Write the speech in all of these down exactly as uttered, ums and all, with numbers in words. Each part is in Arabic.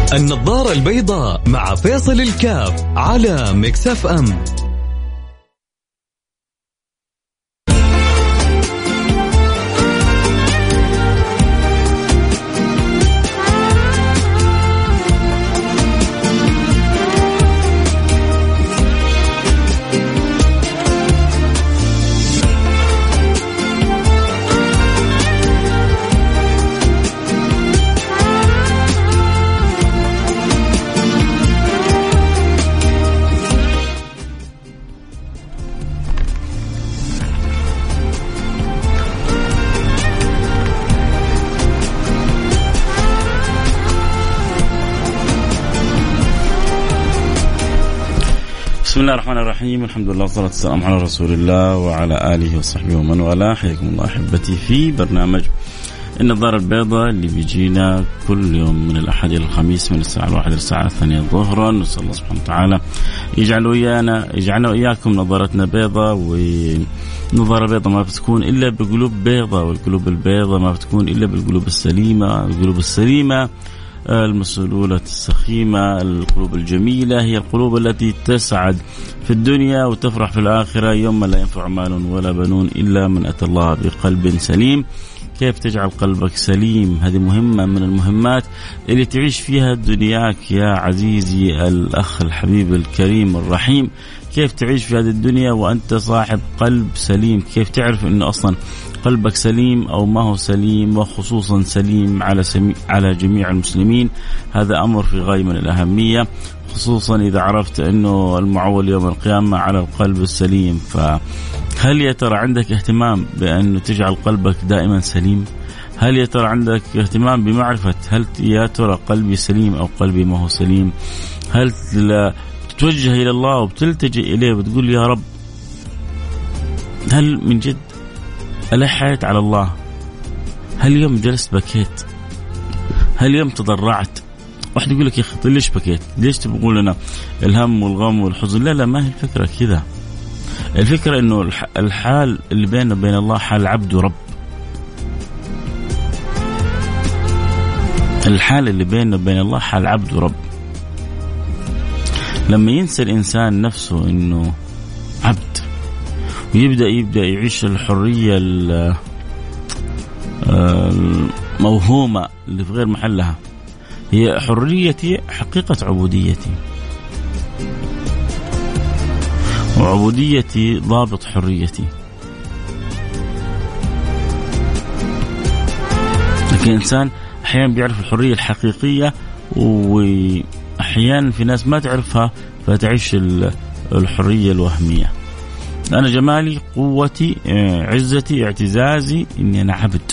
النظارة البيضاء مع فيصل الكاف على ميكس اف ام. بسم الله الرحمن الرحيم. الحمد لله والصلاة والسلام على رسول الله وعلى آله وصحبه ومن والاه. حياكم الله أحبتي في برنامج النظارة البيضاء اللي بيجينا كل يوم من الأحد إلى الخميس من الساعة الواحدة للساعة الثانية ظهرا. نسأل الله سبحانه وتعالى يجعل ويانا يجعلنا وإياكم نظارتنا بيضاء، ونظارة بيضاء ما بتكون إلا بقلوب بيضاء، والقلوب البيضاء ما بتكون إلا بالقلوب السليمة. القلوب السليمة المسلولة السخيمة، القلوب الجميلة هي القلوب التي تسعد في الدنيا وتفرح في الآخرة يوم لا ينفع مال ولا بنون إلا من أتى الله بقلب سليم. كيف تجعل قلبك سليم؟ هذه مهمة من المهمات اللي تعيش فيها دنياك يا عزيزي الأخ الحبيب الكريم الرحيم. كيف تعيش في هذه الدنيا وأنت صاحب قلب سليم؟ كيف تعرف أنه أصلا قلبك سليم أو ما هو سليم، وخصوصا سليم على سمي على جميع المسلمين؟ هذا أمر في غاية من الأهمية، خصوصا إذا عرفت أنه المعول يوم القيامة على القلب السليم. فهل يا ترى عندك اهتمام بأنه تجعل قلبك دائما سليم؟ هل يا ترى عندك اهتمام بمعرفة هل يا ترى قلبي سليم أو قلبي ما هو سليم؟ هل تتوجه إلى الله وبتلتجئ إليه وتقول يا رب، هل من جد ألحيت على الله؟ هل يوم جلست بكيت؟ هل يوم تضرعت؟ واحد يقول لك يا أخي ليش بكيت؟ ليش تقول لنا الهم والغم والحزن؟ لا لا، ما هي الفكرة كذا. الفكرة إنه الحال اللي بيننا وبين الله حال عبد ورب. الحال اللي بيننا وبين الله حال عبد ورب. لما ينسى الإنسان نفسه إنه عبد ويبدأ يبدأ يعيش الحرية الموهومة اللي في غير محلها، هي حريتي حقيقة عبوديتي، وعبوديتي ضابط حريتي. لكن إنسان أحيانا بيعرف الحرية الحقيقية، وأحيانا في ناس ما تعرفها فتعيش الحرية الوهمية. أنا جمالي، قوتي، عزتي، اعتزازي إني أنا عبد.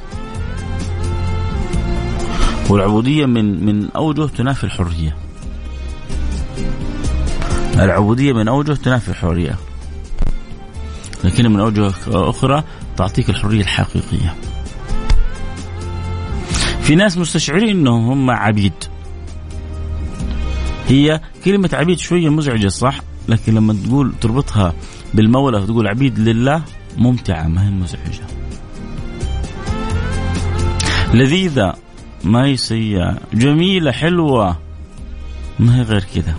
والعبودية من من أوجه تنافي الحرية. العبودية من أوجه تنافي الحرية، لكن من أوجه أخرى تعطيك الحرية الحقيقية. في ناس مستشعرين إنهم هم عبيد. هي كلمة عبيد شوية مزعجة صح، لكن لما تقول تربطها بالمولى وتقول عبيد لله ممتعة، ما هي مزعجة، لذيذة، ما هي سيئة، جميلة، حلوة، ما هي غير كذا.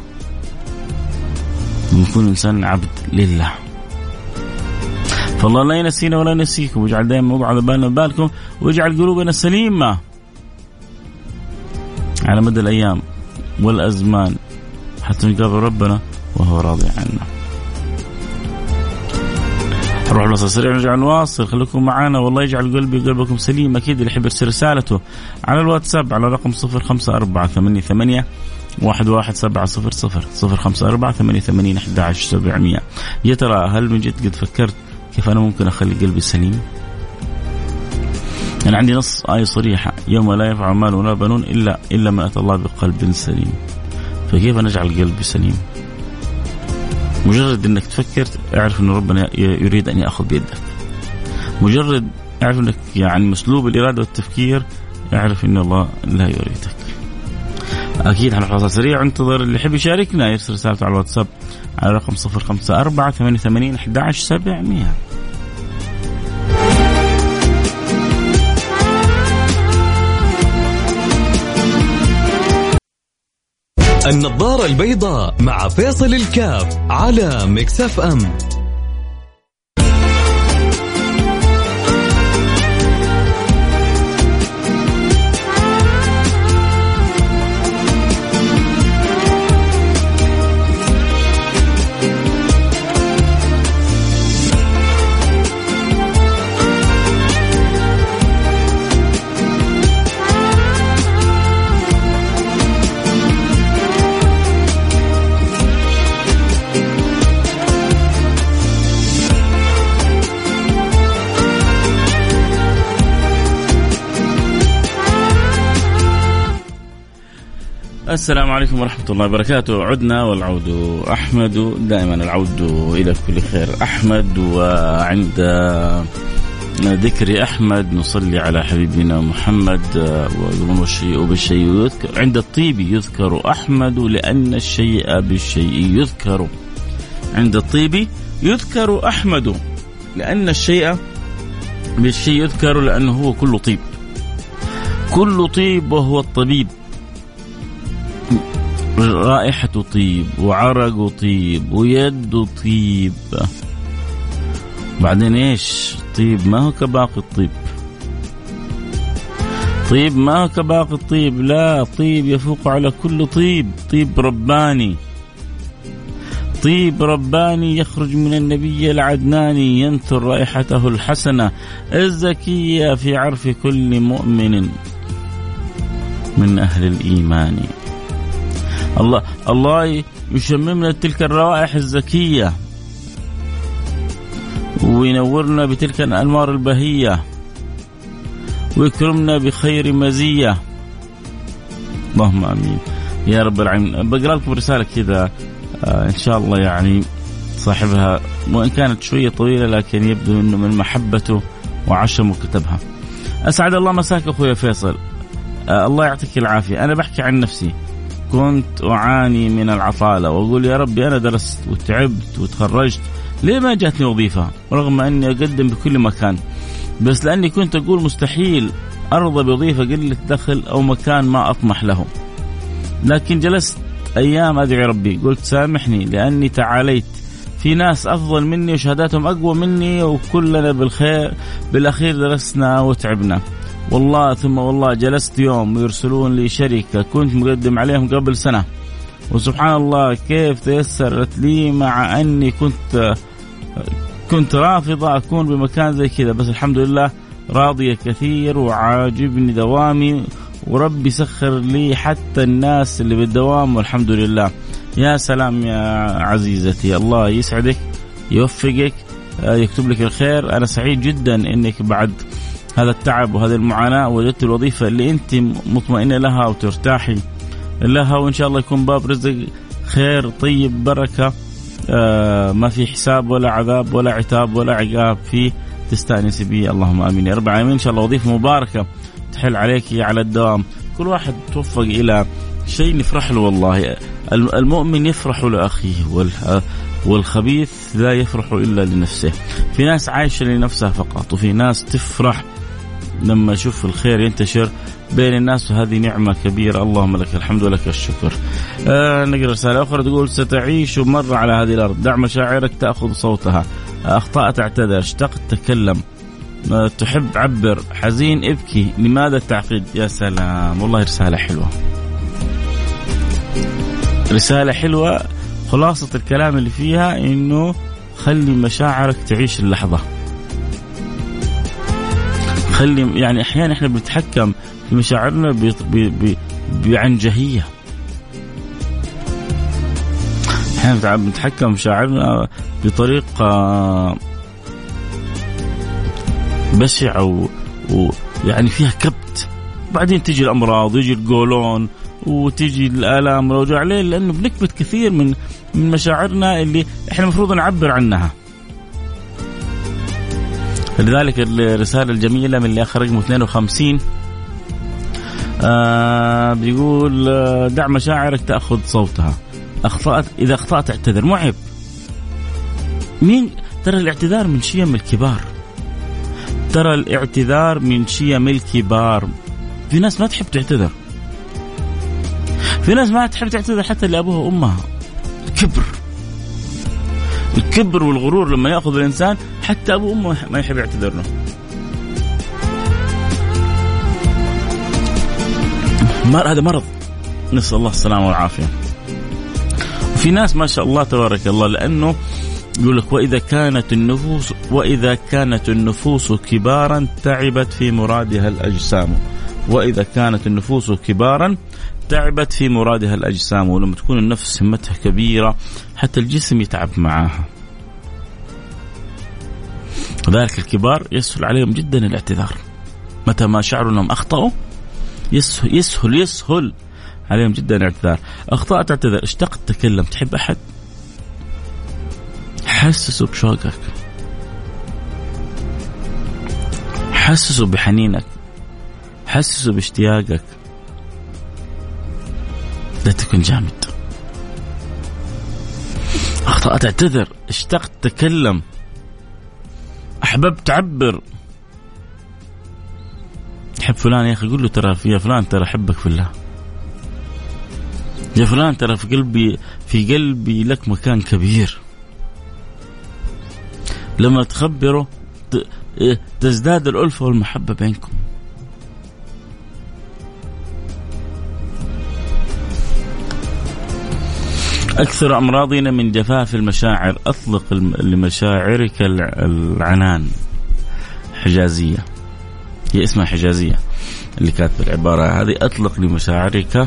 يكون إنسان عبد لله. فالله لا ينسينا ولا ينسيكم، ويجعل دائما موضوع على بالنا بالكم، ويجعل قلوبنا سليمة على مدى الأيام والأزمان حتى نقابل ربنا وهو راضي عنا. نروح لصل سريع نرجع نواصل. خليكم معنا، والله يجعل قلبي قلبكم سليم. أكيد اللي يحب يرسل رسالته على الواتساب على رقم صفر خمسة أربعة ثمانية ثمانية واحد واحد سبعة صفر صفر صفر خمسة أربعة ثمانية ثمانية أحد عشر سبعمية. يا ترى هل من جد قد فكرت كيف أنا ممكن أخلي قلبي سليم؟ أنا عندي نص آية صريحة: يوم لا ينفع مال ولا بنون إلا إلا من أتى الله بقلب سليم. فكيف نجعل قلبي سليم؟ مجرد أنك تفكر اعرف أن ربنا يريد أن يأخذ بيدك. مجرد اعرف أنك يعني مسلوب الإرادة والتفكير اعرف أن الله لا يريدك. أكيد هنحفظها سريع. انتظر اللي يحب يشاركنا يرسل رسالته على الواتساب على رقم صفر خمسة أربعة ثمانية ثمانية أحد عشر سبعمية. النظارة البيضاء مع فيصل الكاف على ميكس اف ام. السلام عليكم ورحمة الله وبركاته. عدنا والعود أحمد، دائما العود إلى كل خير أحمد. وعند ذكر أحمد نصلي على حبيبنا محمد. والشيء بالشيء يذكر، عند الطيب يذكر أحمد لأن الشيء بالشيء يذكر. عند الطيب يذكر أحمد لأن الشيء بالشيء يذكر، لأنه هو كل طيب، كل طيب وهو الطبيب. رائحة طيب وعرق طيب ويد طيب. بعدين ايش؟ طيب ما هو كباقي الطيب، طيب ما هو كباقي الطيب، لا، طيب يفوق على كل طيب، طيب رباني، طيب رباني يخرج من النبي العدناني، ينثر رائحته الحسنة الزكية في عرف كل مؤمن من أهل الإيمان. الله الله يشممنا تلك الروائح الزكية وينورنا بتلك الأنوار البهية ويكرمنا بخير مزية. اللهم آمين يا رب العالمين. بقرأ لكم رسالة كذا آه إن شاء الله، يعني صاحبها وإن كانت شوية طويلة لكن يبدو أنه من محبته وعشمه كتبها. أسعد الله مساك أخويا فيصل، آه الله يعطيك العافية. أنا بحكي عن نفسي، كنت أعاني من العطالة وأقول يا ربي أنا درست وتعبت وتخرجت، ليه ما جاتني وظيفة رغم أني أقدم بكل مكان؟ بس لأني كنت أقول مستحيل أرضى بوظيفة قلة دخل أو مكان ما أطمح له. لكن جلست أيام أدعي ربي، قلت سامحني لأني تعاليت، في ناس أفضل مني وشهاداتهم أقوى مني وكلنا بالخير بالأخير درسنا وتعبنا. والله ثم والله جلست يوم ويرسلون لي شركة كنت مقدم عليهم قبل سنة، وسبحان الله كيف تيسرت لي مع أني كنت كنت رافضة أكون بمكان زي كذا، بس الحمد لله راضية كثير وعاجبني دوامي، وربي سخر لي حتى الناس اللي بالدوام والحمد لله. يا سلام يا عزيزتي، الله يسعدك يوفقك يكتب لك الخير. أنا سعيد جدا أنك بعد هذا التعب وهذه المعاناة وجدت الوظيفة اللي أنت مطمئنة لها وترتاحي لها، وإن شاء الله يكون باب رزق خير طيب بركة، آه ما في حساب ولا عذاب ولا عتاب ولا عقاب فيه، تستأنس به. اللهم آمين يا رب العالمين. إن شاء الله وظيفة مباركة تحل عليك على الدوام. كل واحد توفق إلى شيء نفرح له. والله المؤمن يفرح لأخيه والخبيث لا يفرح إلا لنفسه. في ناس عايشة لنفسها فقط، وفي ناس تفرح لما يشوف الخير ينتشر بين الناس، وهذه نعمة كبيرة. اللهم لك الحمد ولك الشكر. آه نقرأ رسالة أخرى تقول ستعيش مرة على هذه الأرض، دع مشاعرك تأخذ صوتها، أخطأت اعتذر، اشتقت تكلم، آه تحب عبر، حزين ابكي، لماذا التعقيد؟ يا سلام والله رسالة حلوة، رسالة حلوة. خلاصة الكلام اللي فيها إنه خلي مشاعرك تعيش اللحظة، خلي يعني أحيانا إحنا بنتحكم في مشاعرنا بعنجهية، أحيانا بنتحكم في مشاعرنا بطريقة بشعة ويعني فيها كبت، بعدين تيجي الأمراض ويجي القولون وتيجي الآلام والوجع. ليه؟ لأنه بنكبت كثير من من مشاعرنا اللي إحنا المفروض نعبر عنها. لذلك الرسالة الجميلة من اللي آخر رقم اثنين وخمسين آه بيقول دع مشاعرك تأخذ صوتها، أخطأت إذا أخطأت اعتذر، مو عيب. مين ترى الاعتذار من شيم الكبار، ترى الاعتذار من شيم الكبار. في ناس ما تحب تعتذر، في ناس ما تحب تعتذر حتى لأبوها وأمها. الكبر الكبر والغرور لما يأخذ الإنسان حتى أبوه وأمه ما يحب يعتذر له. هذا مرض، نسأل الله السلامة والعافية. وفي ناس ما شاء الله تبارك الله، لأنه يقول لك وإذا كانت النفوس وإذا كانت النفوس كبارا تعبت في مرادها الأجسام. وإذا كانت النفوس كبارا تعبت في مرادها الأجسام. ولما تكون النفس همتها كبيرة حتى الجسم يتعب معها. وذلك الكبار يسهل عليهم جدا الاعتذار، متى ما شعروا أنهم أخطأوا يسهل يسهل يسهل عليهم جدا الاعتذار. أخطأت اعتذر، اشتقت تكلم، تحب أحد حسسوا بشوقك، حسسوا بحنينك، حسسوا باشتياقك. لا تكن جامد. أخطأت اعتذر، اشتقت تكلم، أحببت تعبر. تحب فلان يا أخي قل له ترى يا فلان ترى أحبك في الله، يا فلان ترى في قلبي في قلبي لك مكان كبير. لما تخبره تزداد الألفة والمحبة بينكم. أكثر أمراضنا من جفاف المشاعر. أطلق لمشاعرك العنان. حجازية، هي اسمها حجازية اللي كاتب العبارة هذه. أطلق لمشاعرك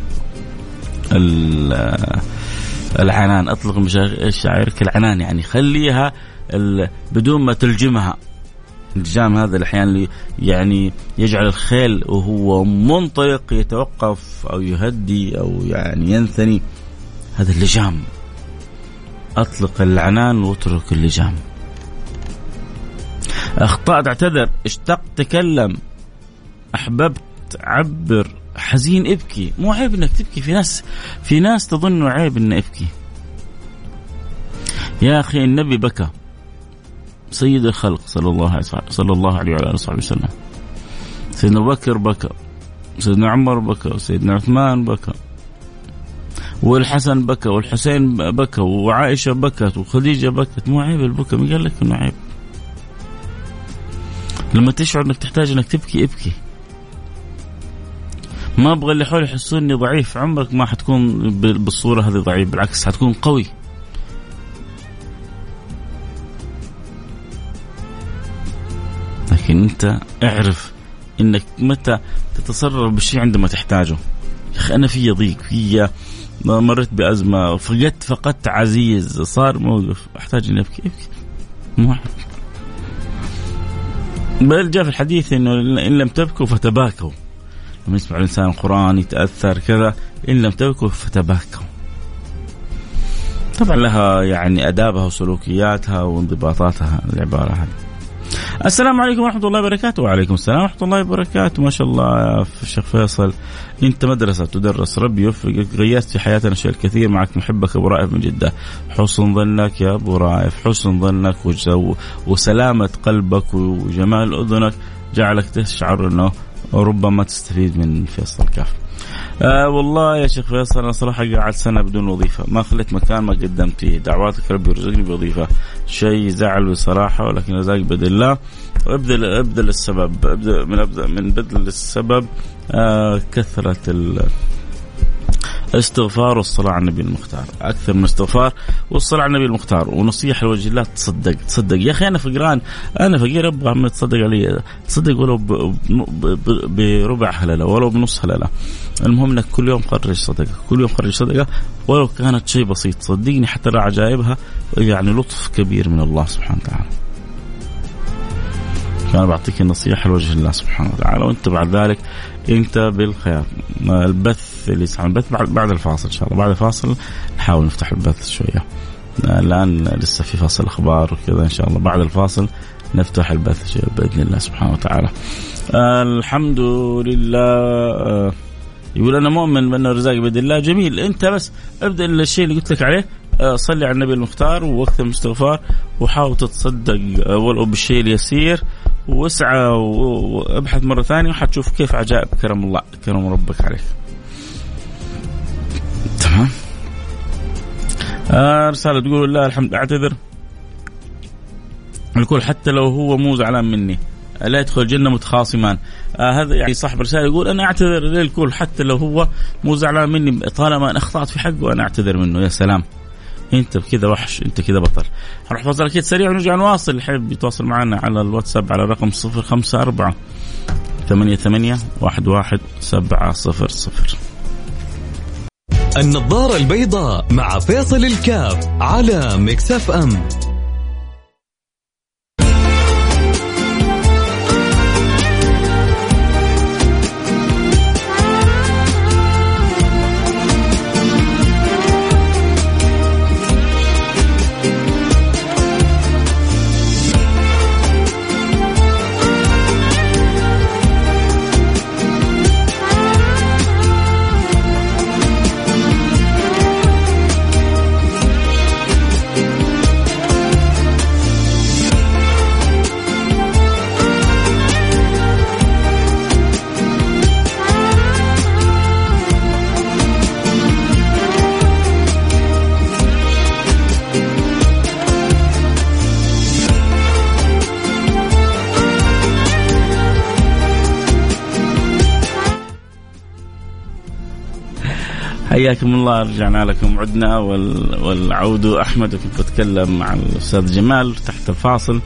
العنان. أطلق مشاعرك العنان يعني خليها بدون ما تلجمها. الجام هذا الأحيان يعني يجعل الخيل وهو منطلق يتوقف أو يهدي أو يعني ينثني، هذا اللجام. أطلق العنان واترك اللجام. أخطأت اعتذر، اشتقت تكلم، أحببت عبر، حزين ابكي. مو عيب انك تبكي. في ناس في ناس تظن عيب ان ابكي. يا أخي النبي بكى، سيد الخلق صلى الله عليه صلى الله عليه وعلى آله وصحبه وسلم. سيدنا أبو بكر بكى، سيدنا عمر بكى، سيدنا عثمان بكى، والحسن بكى، والحسين بكى، وعائشة بكت، وخديجة بكت. مو عيب البكى. مين قال لك انه عيب؟ لما تشعر انك تحتاج انك تبكي ابكي. ما ابغى اللي حولي يحسون اني ضعيف. عمرك ما حتكون بالصورة هذه ضعيف، بالعكس حتكون قوي. لكن انت اعرف انك متى تتصرف بالشيء عندما تحتاجه. يا اخي انا في ضيق، في مرت بأزمة، فقدت فقدت عزيز، صار موقف احتاج اني ابكي ابكي. مو بل جاء في الحديث انه ان لم تبكوا فتباكوا. لما يسمع الانسان القرآن يتأثر كذا، ان لم تبكوا فتباكوا. طبعا لها يعني ادابها وسلوكياتها وانضباطاتها العبارة هذه. السلام عليكم ورحمة الله وبركاته. وعليكم السلام ورحمة الله وبركاته. ما شاء الله في الشيخ فيصل، انت مدرسة تدرس، ربي يوفقك. غيرت في حياتنا اشياء كثير. معك محبك ابو رائف من جدة. حسن ظنك يا ابو رائف، حسن ظنك وسلامة قلبك وجمال اذنك جعلك تشعر انه ربما تستفيد من فيصل كاف. آه والله يا شيخ فيصل أنا صراحة قاعد سنة بدون وظيفة، ما خليت مكان ما قدمت فيه. دعواتك ربي يرزقني بوظيفة، شيء زعل بصراحة، ولكن رزاق بيد الله. وابدل ابدل السبب، ابدأ من ابدأ من بدل السبب. آه كثرة الاستغفار والصلاة على النبي المختار، أكثر من استغفار والصلاة على النبي المختار. ونصيحة لوجه الله، تصدق تصدق يا أخي. أنا فقران، أنا فقير، أبغى عم تصدق علي، تصدق ولو بربع هللة ولو بنص هللة. المهم انك كل يوم خرج صدقه، كل يوم خرج صدقه ولو كانت شيء بسيط. صدقني حتى عجائبها يعني لطف كبير من الله سبحانه وتعالى. أنا بعطيك النصيحة لوجه الله سبحانه وتعالى، وأنت بعد ذلك أنت بالخيار. البث اللي يسمع البث بعد الفاصل إن شاء الله. بعد الفاصل نحاول نفتح البث شوية، الآن لسه في فاصل أخبار وكذا. إن شاء الله بعد الفاصل نفتح البث بإذن الله سبحانه وتعالى. آه الحمد لله. آه يقول أنا مؤمن بأن الرزاق بيد الله. جميل، أنت بس ابدأ الشيء اللي قلت لك عليه، صلي على النبي المختار ووقت الاستغفار، وحاول تتصدق ولو بالشيء اليسير، واسعى وابحث مرة ثانية وحتشوف كيف عجائب كرم الله، كرم ربك عليك. آه رسالة تقول لا الحمد أعتذر الكل حتى لو هو مو زعلان مني، لا يدخل الجنة متخاصمان. آه هذا يعني صاحب الرسالة يقول أنا أعتذر للكل حتى لو هو مو زعلان مني، طالما أنا أخطأت في حقه أنا أعتذر منه. يا سلام، أنت كذا وحش، أنت كذا بطل. هنروح فاصل أكيد سريع ونرجع نواصل. اللي حابب يتواصل معنا على الواتساب على رقم صفر خمسة أربعة ثمانية ثمانية واحد واحد سبعة صفر صفر. النظارة البيضاء مع فيصل الكاف على ميكس اف ام. حياكم الله، رجعنا لكم عدنا والعود أحمد. وكنت بتكلم مع الأستاذ جمال تحت الفاصل،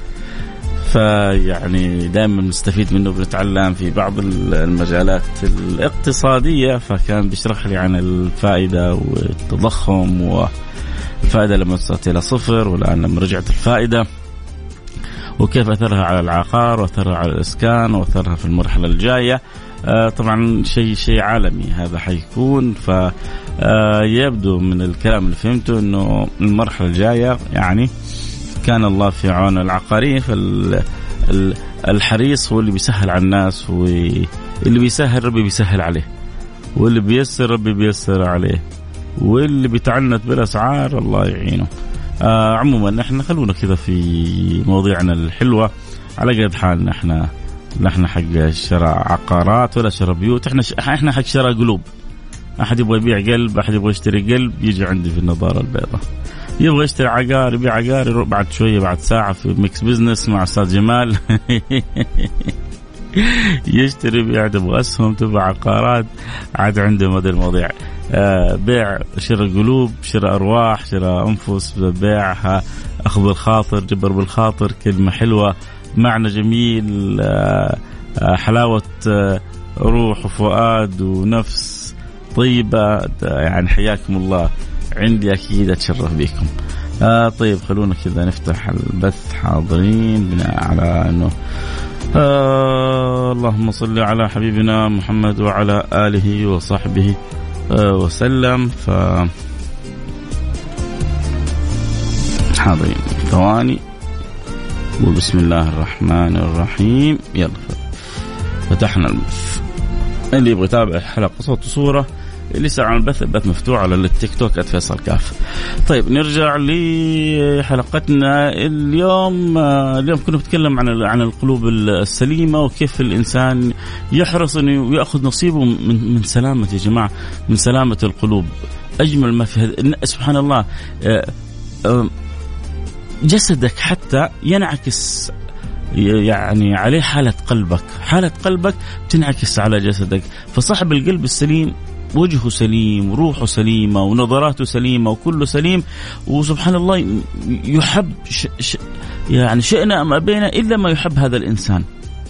فيعني دائما نستفيد منه، بنتعلم في بعض المجالات الاقتصادية. فكان بيشرح لي عن الفائدة والتضخم والفائدة لما وصلت إلى صفر والآن لما رجعت الفائدة، وكيف أثرها على العقار وأثرها على الإسكان وأثرها في المرحلة الجاية. آه طبعا شيء شيء عالمي هذا حيكون. فيبدو من الكلام اللي فهمته إنه المرحلة الجاية يعني كان الله في عون العقارين، فالحريص هو اللي بيسهل على الناس، واللي بيسهل ربي بيسهل عليه، واللي بيسر ربي بيسر عليه، واللي بيتعنت بالأسعار الله يعينه. آه عموما نحن خلونا كذا في مواضيعنا الحلوة على قد حالنا. احنا لا احنا حق شراء عقارات ولا شراء بيوت، احنا احنا حق شراء قلوب. احد يبغى يبيع قلب، احد يبغى يشتري قلب، يجي عندي في النظارة البيضاء. يبغى يشتري عقار، يبيع عقار، يروح بعد شوية بعد ساعة في ميكس بزنس مع أستاذ جمال يشتري بيع، تبغى أسهم تبغى عقارات، عاد عنده هذه المواضيع. آه بيع، شراء قلوب، شراء أرواح، شراء أنفس، بيعها، أخذ بالخاطر، جبر بالخاطر، كلمة حلوة، معنى جميل، آه آه حلاوة آه روح وفؤاد ونفس طيبة. يعني حياكم الله، عندي أكيد أتشرف بكم. آه طيب خلونا كذا نفتح البث حاضرين بناء على أنه آه اللهم صل على حبيبنا محمد وعلى آله وصحبه آه وسلم. ف حاضرين ثواني، وبسم الله الرحمن الرحيم. يلا فتحنا البث. اللي يبغى يتابع حلقة صوت وصورة اللي ساعة عن البث، البث مفتوح على التيك توك @فيصل كاف. طيب نرجع لحلقتنا اليوم. اليوم كنا بنتكلم عن عن القلوب السليمة، وكيف الإنسان يحرص إنه يأخذ نصيبه من من سلامة يا جماعة، من سلامة القلوب. أجمل ما في هذا سبحان الله، جسدك حتى ينعكس يعني عليه حالة قلبك، حالة قلبك تنعكس على جسدك. فصاحب القلب السليم وجهه سليم وروحه سليمة ونظراته سليمة وكله سليم، وسبحان الله يحب ش ش يعني شئنا ما بينا إلا ما يحب هذا الإنسان.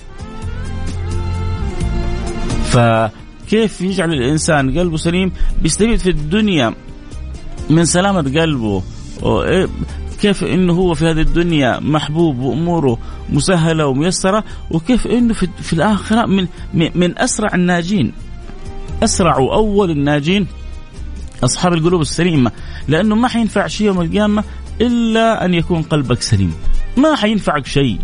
فكيف يجعل الإنسان قلبه سليم؟ بيستفيد في الدنيا من سلامة قلبه، كيف إنه هو في هذه الدنيا محبوب وأموره مسهلة وميسرة، وكيف إنه في, في الآخرة من من أسرع الناجين، أسرع وأول الناجين أصحاب القلوب السليمة. لأنه ما حينفع شيء يوم القيامة إلا أن يكون قلبك سليم، ما حينفعك شيء.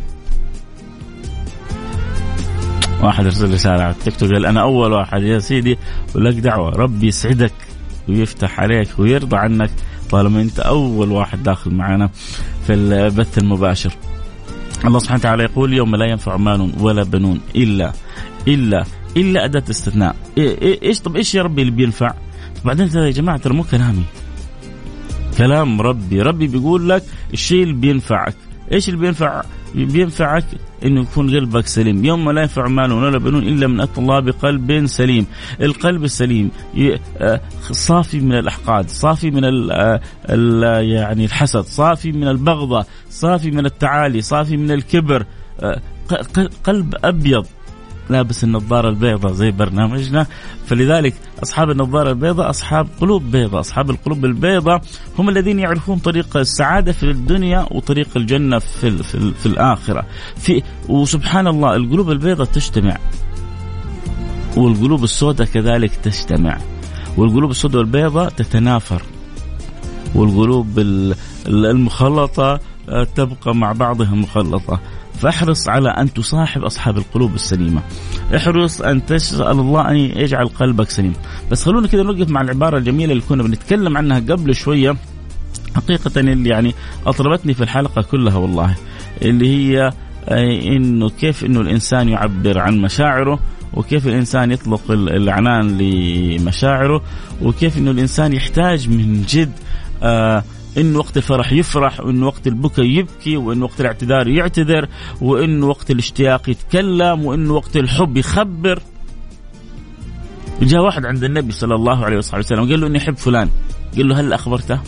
واحد رسل رسالة على التيك توك قال أنا أول واحد يا سيدي ولك دعوة، ربي يسعدك ويفتح عليك ويرضى عنك طالما أنت أول واحد داخل معنا في البث المباشر. الله سبحانه وتعالى يقول يوم لا ينفع مال ولا بنون إلا إلا إلا أداة استثناء. إيش طب إيش يا ربي اللي بينفع؟ بعدين يا جماعة ترى مو كلامي، كلام ربي. ربي بيقول لك الشيء اللي بينفعك. إيش اللي بينفع؟ بينفعك إنه يكون قلبك سليم. يوم لا ينفع مال ولا بنون إلا من أتى الله بقلب سليم. القلب السليم صافي من الأحقاد، صافي من ال ال يعني الحسد، صافي من البغضة، صافي من التعالي، صافي من الكبر. قلب أبيض لابس النظارة البيضاء زي برنامجنا. فلذلك أصحاب النظارة البيضاء أصحاب قلوب بيضاء. أصحاب القلوب البيضاء هم الذين يعرفون طريق السعادة في الدنيا وطريق الجنة في, في, في الآخرة. في وسبحان الله القلوب البيضاء تجتمع والقلوب السوداء كذلك تجتمع، والقلوب السوداء والبيضاء تتنافر، والقلوب المخلطة تبقى مع بعضها مخلطة. فاحرص على أن تصاحب أصحاب القلوب السليمة. احرص أن تسأل الله أن يجعل قلبك سليم. بس خلونا كده نوقف مع العبارة الجميلة اللي كنا بنتكلم عنها قبل شوية، حقيقة اللي يعني أطربتني في الحلقة كلها والله، اللي هي إنه كيف إنه الإنسان يعبر عن مشاعره، وكيف الإنسان يطلق العنان لمشاعره، وكيف إنه الإنسان يحتاج من جد آه إن وقت الفرح يفرح، وإن وقت البكاء يبكي، وإن وقت الاعتذار يعتذر، وإن وقت الاشتياق يتكلم، وإن وقت الحب يخبر. جاء واحد عند النبي صلى الله عليه وسلم قال له إني أحب فلان. قال له هل أخبرته؟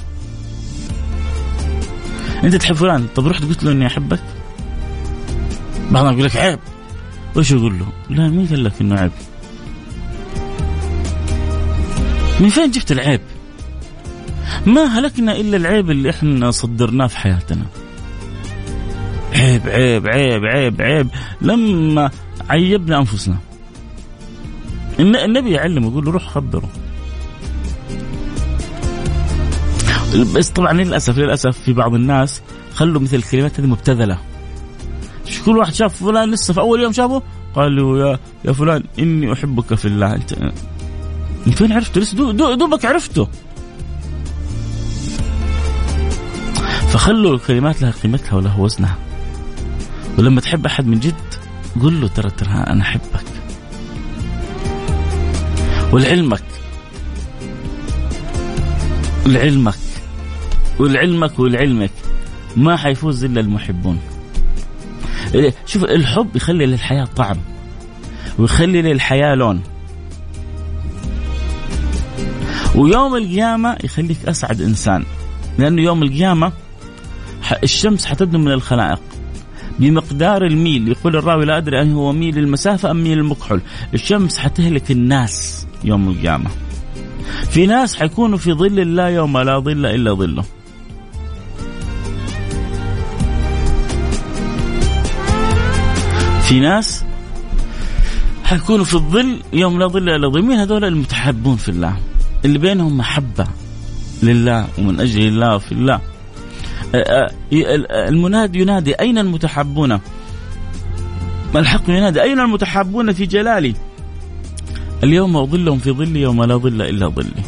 أنت تحب فلان، طب رحت قلت له إني أحبك؟ بعضهم يقول لك عيب. وش يقول له؟ لا، مين قال لك إنه عيب؟ من فين جبت العيب؟ ما هلكنا إلا العيب اللي إحنا صدرناه في حياتنا. عيب عيب عيب عيب عيب لما عيبنا أنفسنا. النبي يعلم يقول له روح خبره. بس طبعا للأسف للأسف في بعض الناس خلوا مثل الكلمات هذه مبتذلة. كل واحد شاف فلان لسه في أول يوم شافه قال له يا يا فلان إني أحبك في الله. أنت من فين عرفته؟ لسه دو دو دوبك عرفته. فخلوا الكلمات لها قيمتها ولها وزنها. ولما تحب أحد من جد قل له ترى ترى أنا أحبك. ولعلمك لعلمك ولعلمك ولعلمك ما حيفوز إلا المحبون. شوف الحب يخلي للحياة طعم ويخلي للحياة لون، ويوم القيامة يخليك أسعد إنسان. لأنه يوم القيامة الشمس حتبدو من الخلائق بمقدار الميل. يقول الراوي لا أدري أن هو ميل المسافة أم ميل المكحل. الشمس حتهلك الناس يوم القيامة. في ناس حيكونوا في ظل الله يوم لا ظل إلا ظله. في ناس حيكونوا في الظل يوم لا ظل إلا ظل. مين هذول؟ المتحبون في الله، اللي بينهم محبة لله ومن أجل الله في الله. المنادي ينادي أين المتحبون؟ الحق ينادي أين المتحبون في جلالي؟ اليوم أظلهم في ظلي يوم لا ظل إلا ظلي.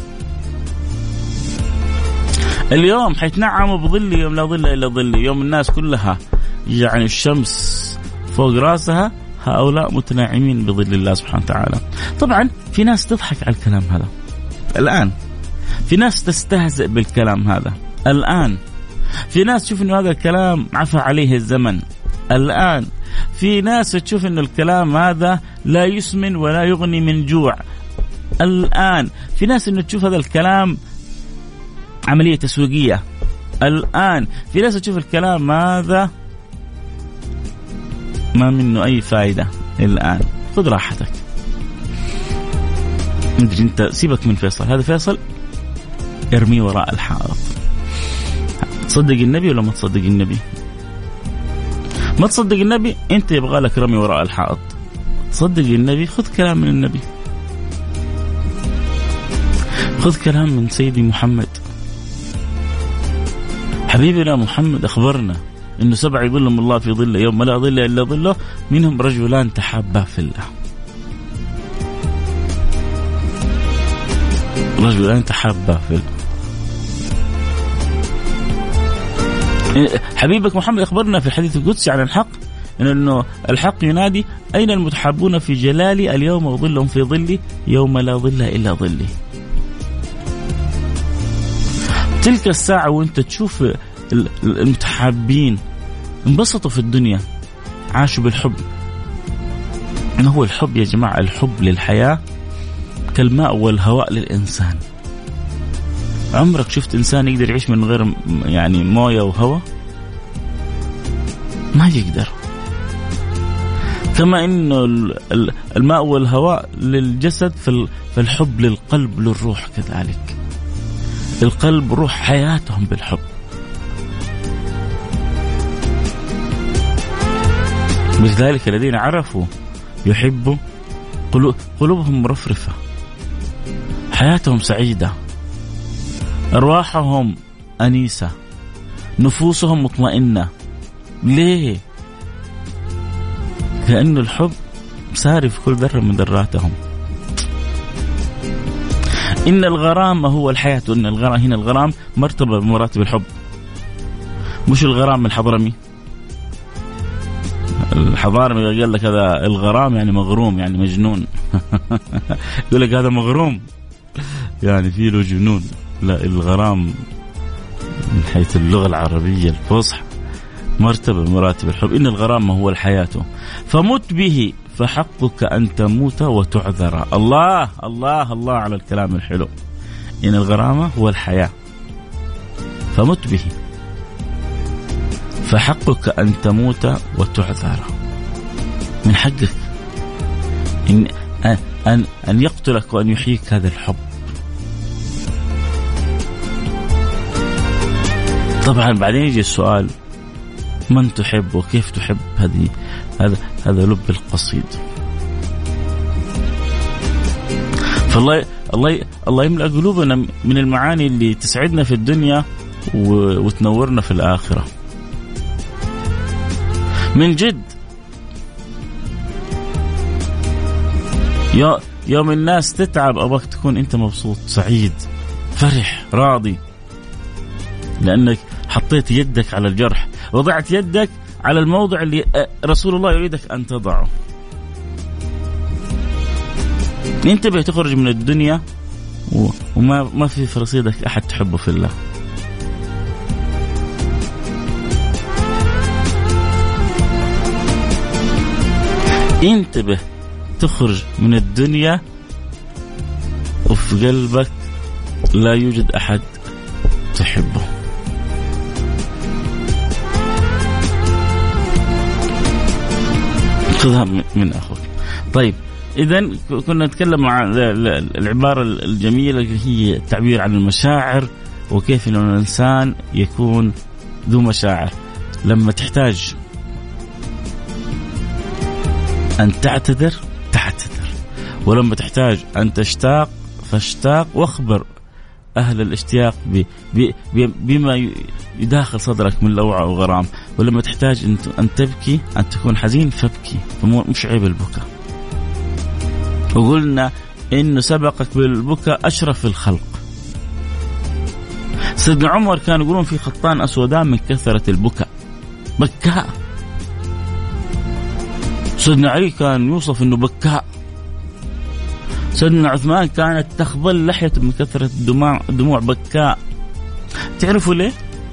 اليوم حيتنعموا بظلي يوم لا ظل إلا ظلي. يوم الناس كلها يعني الشمس فوق راسها، هؤلاء متناعمين بظل الله سبحانه وتعالى. طبعا في ناس تضحك على الكلام هذا الآن، في ناس تستهزئ بالكلام هذا الآن، في ناس تشوف إنه هذا الكلام عفى عليه الزمن الآن، في ناس تشوف إنه الكلام هذا لا يسمن ولا يغني من جوع الآن، في ناس إنه تشوف هذا الكلام عملية تسويقية الآن، في ناس تشوف الكلام هذا ما منه أي فائدة الآن. خذ راحتك. أنت سيبك من فيصل، هذا فيصل ارميه وراء الحائط. تصدق النبي ولا ما تصدق النبي؟ ما تصدق النبي أنت يبغى لك رمي وراء الحائط. تصدق النبي خذ كلام من النبي، خذ كلام من سيدي محمد حبيبنا محمد. أخبرنا إنه سبع يظلهم الله في ظله يوم لا ظل إلا ظله، منهم رجلان تحابا في الله. رجلان تحابا في الله. حبيبك محمد أخبرنا في الحديث القدسي عن الحق إنه الحق ينادي أين المتحابون في جلالي؟ اليوم أظلهم في ظلي يوم لا ظل إلا ظلي. تلك الساعة وانت تشوف المتحابين انبسطوا في الدنيا، عاشوا بالحب. ما هو الحب يا جماعة؟ الحب للحياة كالماء والهواء للإنسان. عمرك شفت إنسان يقدر يعيش من غير يعني موية وهواء؟ ما يقدر. كما إنه الماء والهواء للجسد، فالحب للقلب للروح كذلك. القلب روح حياتهم بالحب. لذلك الذين عرفوا يحبوا قلوبهم مرفرفة، حياتهم سعيدة، أرواحهم أنيسة، نفوسهم مطمئنة. ليه؟ لأن الحب ساري في كل ذرة من ذراتهم. إن الغرام هو الحياة. إن الغرام هنا الغرام مرتبة بمراتب الحب، مش الغرام الحضرمي. الحضاري قال لك هذا الغرام يعني مغروم، يعني مجنون. يقول لك هذا مغروم يعني فيه له جنون. لا، الغرام من حيث اللغة العربية الفصحى مرتبة مراتب الحب. إن الغرام هو الحياة فمت به فحقك أن تموت وتعذر. الله الله الله على الكلام الحلو. إن الغرامة هو الحياة فمت به فحقك أن تموت وتعذر. من حقك إن أن أن يقتلك وأن يحييك هذا الحب. طبعا بعدين يجي السؤال: من تحب وكيف تحب؟ هذه هذا هذا لب القصيد. فالله الله الله يملأ قلوبنا من المعاني اللي تسعدنا في الدنيا وتنورنا في الآخرة. من جد يوم الناس تتعب أبغاك تكون أنت مبسوط سعيد فرح راضي، لأنك حطيت يدك على الجرح، وضعت يدك على الموضع اللي رسول الله يريدك أن تضعه. انتبه تخرج من الدنيا وما ما في في رصيدك أحد تحبه في الله. انتبه تخرج من الدنيا وفي قلبك لا يوجد أحد تحبه. خذها من أخوك. طيب إذن كنا نتكلم عن العبارة الجميلة اللي هي التعبير عن المشاعر، وكيف أن الإنسان يكون ذو مشاعر. لما تحتاج أن تعتذر تعتذر، ولما تحتاج أن تشتاق فاشتاق، واخبر أهل الاشتياق بما يداخل صدرك من لوعة وغرام. ولما تحتاج أن تبكي أن تكون حزين فابكي، مش عيب البكاء. وقلنا إنه سبقك بالبكاء أشرف الخلق. سيدنا عمر كان يقولون في خطان أسودان من كثرة البكاء، بكاء. سيدنا علي كان يوصف إنه بكاء. سيدنا عثمان كانت تخبل لحيته من كثرة الدموع دموع بكاء. تعرفوا ليه؟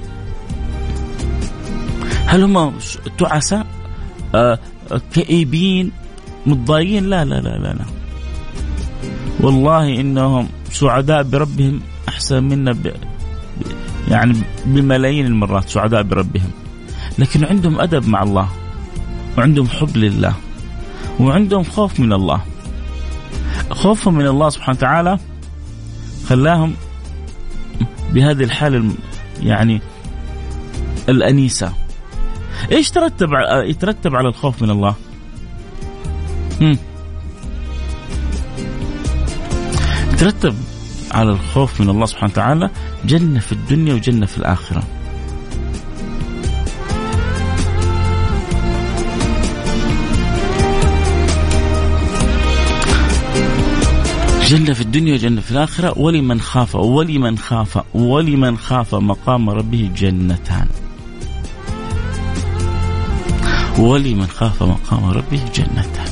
هل هم تعساء آه كئيبين متضايقين؟ لا لا لا لا لا، والله إنهم سعداء بربهم أحسن منا ب... يعني بملايين المرات سعداء بربهم. لكن عندهم أدب مع الله، وعندهم حب لله، وعندهم خوف من الله. خوفهم من الله سبحانه وتعالى خلاهم بهذه الحالة يعني الأنيسة. إيش ترتب يترتب على الخوف من الله؟ هم. يترتب على الخوف من الله سبحانه وتعالى جنة في الدنيا وجنة في الآخرة. جنة في الدنيا وجنة في الآخرة. ولمن خاف ولمن خاف ولمن خاف مقام ربه جنتان. ولمن خاف مقام ربه جنتان.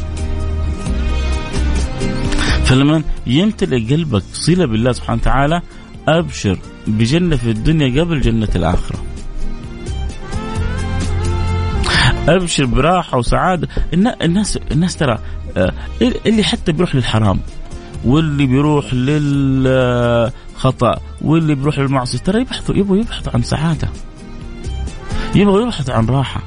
فلما يمتلئ قلبك صلة بالله سبحانه وتعالى أبشر بجنة في الدنيا قبل جنة الآخرة. أبشر براحة وسعادة. الناس الناس ترى اللي حتى بيروح للحرام واللي بيروح للخطأ واللي بيروح للمعصية ترى يبحثوا يبغوا يبحثوا عن سعادة، يبغوا يبحثوا عن راحة،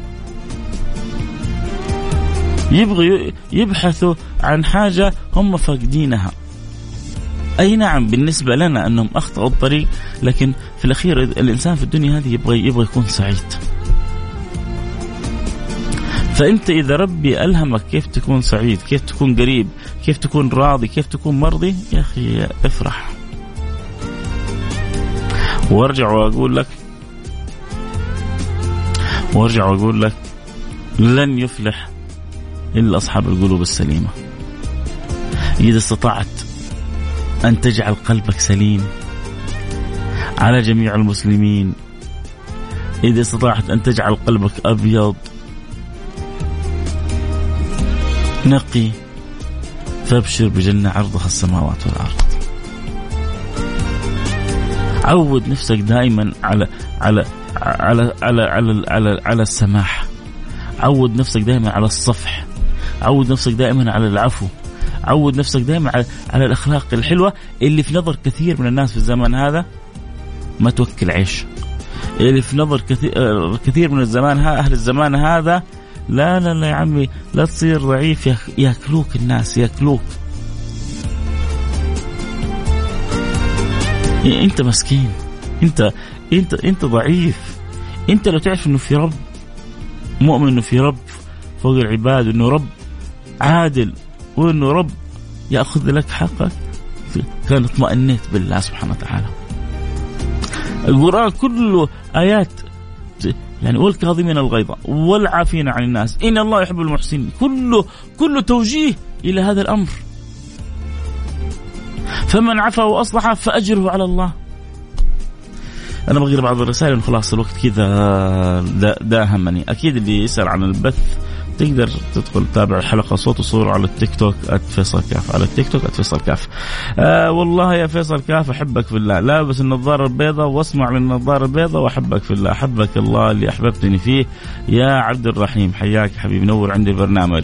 يبغوا يبحثوا عن حاجة هم فاقدينها. أي نعم بالنسبة لنا أنهم أخطأوا الطريق، لكن في الأخير الإنسان في الدنيا هذه يبغى يبغى يكون سعيد. فأنت إذا ربي ألهمك كيف تكون سعيد، كيف تكون قريب، كيف تكون راضي، كيف تكون مرضي، يا أخي افرح. وارجع وأقول لك وارجع وأقول لك لن يفلح إلا أصحاب القلوب السليمة. إذا استطعت أن تجعل قلبك سليم على جميع المسلمين، إذا استطعت أن تجعل قلبك أبيض نقي، فابشر بجنة عرضها السماوات والأرض. عود نفسك دائما على على على على على على, على السماح. عود نفسك دائما على الصفح. عود نفسك دائما على العفو. عود نفسك دائما على, على الأخلاق الحلوة اللي في نظر كثير من الناس في الزمن هذا ما توكل عيش. اللي في نظر كثير كثير من الزمان أهل الزمان هذا لا لا لا يا عمي لا تصير ضعيف، ياكلوك الناس ياكلوك. انت مسكين، انت انت انت ضعيف. انت لو تعرف انه في رب مؤمن، انه في رب فوق العباد، انه رب عادل، وانه رب ياخذ لك حقك، كان اطمئنيت بالله سبحانه وتعالى. القرآن كله آيات يعني والكاظمين الغيظ والعافين عن الناس إن الله يحب المحسنين، كله كله توجيه إلى هذا الأمر. فمن عفا وأصلح فأجره على الله. أنا بغير بعض الرسائل خلاص الوقت كذا ده, ده أهمني. أكيد اللي يسأل عن البث تقدر تدخل تتابع الحلقة صوت وصورة على التيك توك @فيصل كاف، على التيك توك @فيصل كاف. آه والله يا فيصل كاف أحبك في الله، لابس النظارة البيضاء واسمع للنظارة البيضاء وأحبك في الله. أحبك الله اللي أحببتني فيه يا عبد الرحيم، حياك حبيبي، نور عندي البرنامج.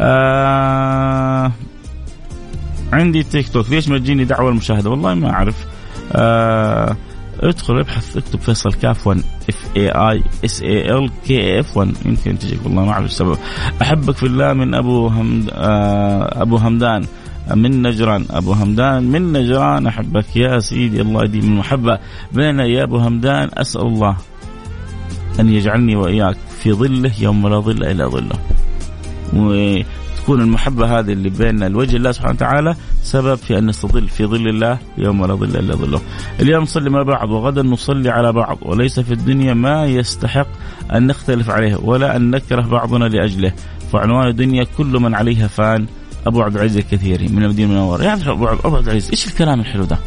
آه عندي تيك توك، ليش ما تجيني دعوة المشاهدة؟ والله ما أعرف. آه ادخل ابحث اكتب فيصل كاف واحد اف اي اي اس اي ال كي اف واحد يمكن تجيك، والله ما اعرف السبب. احبك في الله من ابو همد آه ابو همدان من نجران. ابو همدان من نجران احبك يا سيدي، الله يديم المحبه بيننا يا ابو همدان. اسال الله ان يجعلني واياك في ظله يوم لا ظل الا ظله، وتكون المحبه هذه اللي بيننا لوجه الله سبحانه وتعالى سبب في أن نستظل في ظل الله يوم لا ظل إلا ظله. اليوم نصلي مع بعض وغدا نصلي على بعض، وليس في الدنيا ما يستحق أن نختلف عليه ولا أن نكره بعضنا لأجله، فعنوان الدنيا كل من عليها فان. أبو عبد العزيز الكثيري من المدينة المنورة. يعني أبو عبد العزيز إيش الكلام الحلو ده؟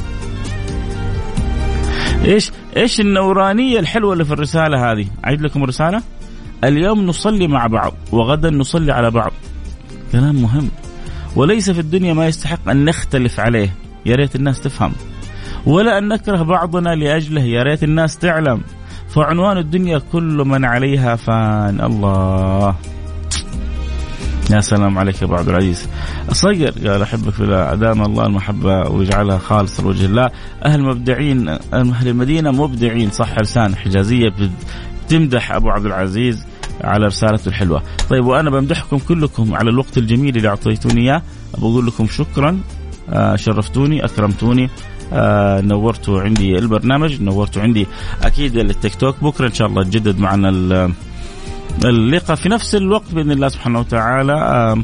إيش إيش النورانية الحلوة اللي في الرسالة هذه؟ أعيد لكم الرسالة: اليوم نصلي مع بعض وغدا نصلي على بعض. كلام مهم. وليس في الدنيا ما يستحق أن نختلف عليه، يا ريت الناس تفهم، ولا أن نكره بعضنا لأجله، يا ريت الناس تعلم، فعنوان الدنيا كل من عليها فان. الله يا سلام عليك يا أبو عبد العزيز. صقر قال أحبك في الله، أدام الله المحبة ويجعلها خالصة لوجه الله. أهل مبدعين، أهل المدينة مبدعين، صح لسان حجازية بتمدح أبو عبد العزيز على رسالته الحلوة. طيب وأنا بمدحكم كلكم على الوقت الجميل اللي أعطيتوني إياه، بقول لكم شكرا، آه شرفتوني، أكرمتوني، آه نورتوا عندي البرنامج، نورتوا عندي أكيد التيك توك. بكرة إن شاء الله تجدد معنا اللقاء في نفس الوقت بإذن الله سبحانه وتعالى. آه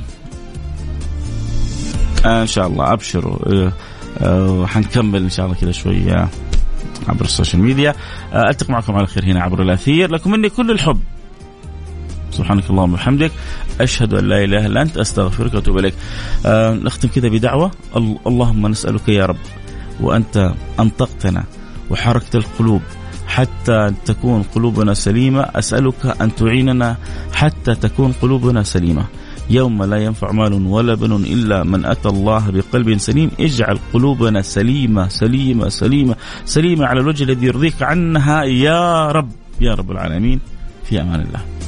آه إن شاء الله أبشروا، آه آه حنكمل إن شاء الله كده شوية عبر السوشيال ميديا. آه ألتقي معكم على خير هنا عبر الأثير. لكم مني كل الحب، سبحانك اللهم وبحمدك، أشهد أن لا إله إلا أنت، أستغفرك وأتوب إليك. آه نختم كذا بدعوة: اللهم نسألك يا رب وأنت أنطقتنا وحركت القلوب حتى تكون قلوبنا سليمة، أسألك أن تعيننا حتى تكون قلوبنا سليمة. يوم لا ينفع مال ولا بنون إلا من أتى الله بقلب سليم. اجعل قلوبنا سليمة سليمة سليمة سليمة على الوجه الذي يرضيك عنها يا رب يا رب العالمين. في أمان الله.